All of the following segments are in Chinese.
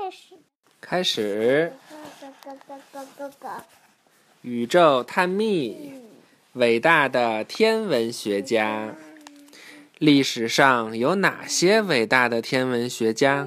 开始。宇宙探秘，伟大的天文学家。历史上有哪些伟大的天文学家？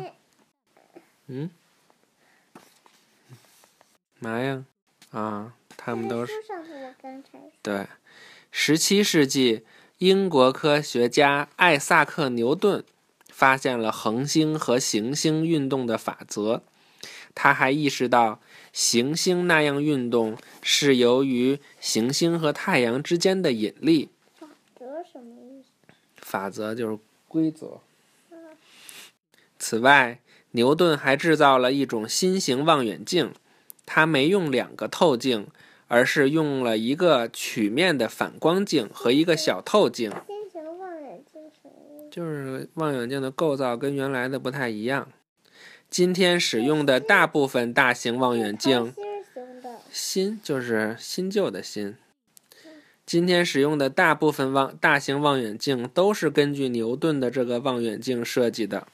嘛呀？他们都是对。17世纪，英国科学家艾萨克·牛顿发现了恒星和行星运动的法则。他还意识到行星那样运动是由于行星和太阳之间的引力。 法则什么意思？ 法则就是规则。此外，牛顿还制造了一种新型望远镜，他没用2个透镜，而是用了一个曲面的反光镜和一个小透镜。 新型望远镜什么意思？ 就是望远镜的构造跟原来的不太一样。今天使用的大部分大型望远镜，新就是新旧的新。今天使用的大部分大型望远镜都是根据牛顿的这个望远镜设计的。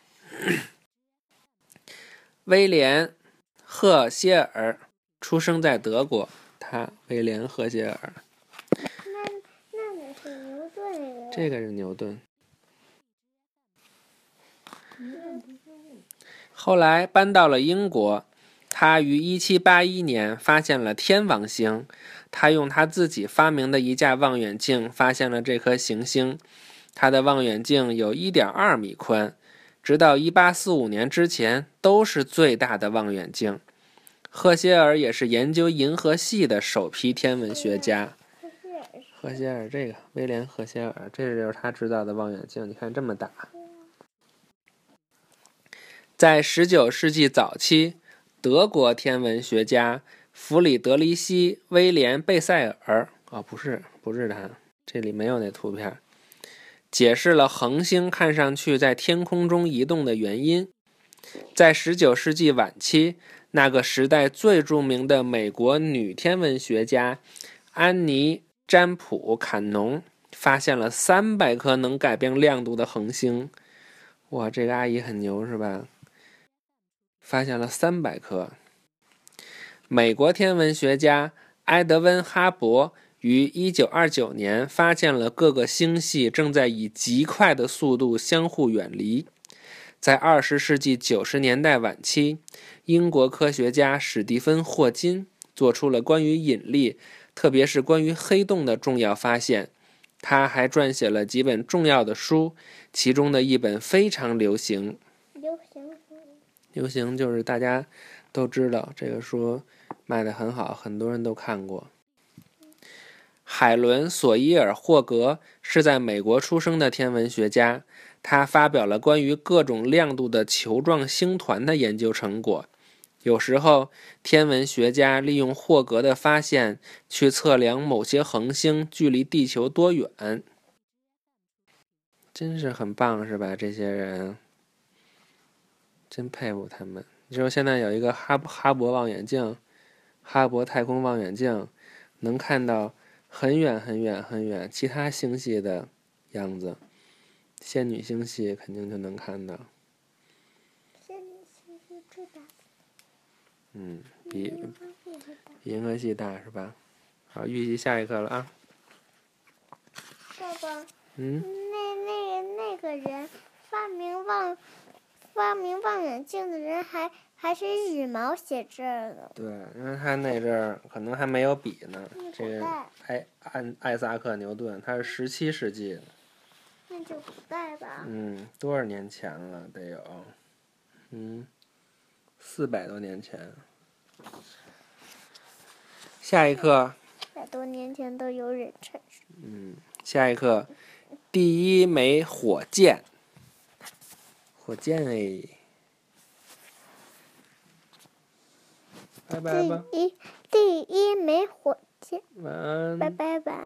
威廉·赫歇尔出生在德国，威廉·赫歇尔。 那个是牛顿。 这个是牛顿。后来搬到了英国，他于1781年发现了天王星。他用他自己发明的一架望远镜发现了这颗行星。他的望远镜有 1.2 米宽，直到1845年之前都是最大的望远镜。赫歇尔也是研究银河系的首批天文学家。赫歇尔这个威廉·赫歇尔，这就是他制造的望远镜，你看这么大。在19世纪早期，德国天文学家弗里德里希·威廉·贝塞尔不是他，这里没有那图片，解释了恒星看上去在天空中移动的原因。在19世纪晚期，那个时代最著名的美国女天文学家安妮·詹普·坎农发现了300颗能改变亮度的恒星。哇，这个阿姨很牛是吧？发现了300颗。美国天文学家埃德温·哈勃于1929年发现了各个星系正在以极快的速度相互远离。在20世纪90年代晚期，英国科学家史蒂芬·霍金做出了关于引力，特别是关于黑洞的重要发现。他还撰写了几本重要的书，其中的一本非常流行。流行就是大家都知道，这个书卖得很好，很多人都看过。海伦·索伊尔·霍格是在美国出生的天文学家，他发表了关于各种亮度的球状星团的研究成果。有时候，天文学家利用霍格的发现去测量某些恒星距离地球多远。真是很棒，是吧？这些人真佩服他们。你知道现在有一个哈勃望远镜，哈勃太空望远镜，能看到很远很远很远其他星系的样子。仙女星系肯定就能看到。 仙女星系最大。 比银河系大是吧？好，预习下一课了啊。 爸爸。那个人发明望远镜的人还是羽毛写字的。 对，因为他那阵儿可能还没有笔呢。这个艾萨克·牛顿，他是17世纪的。 那就古代吧。 多少年前了？得有，400多年前。下一课。 100多年前都有人产生。 下一课，第一枚火箭。火箭哎。拜拜吧。 第一枚火箭。 晚安。 拜拜吧。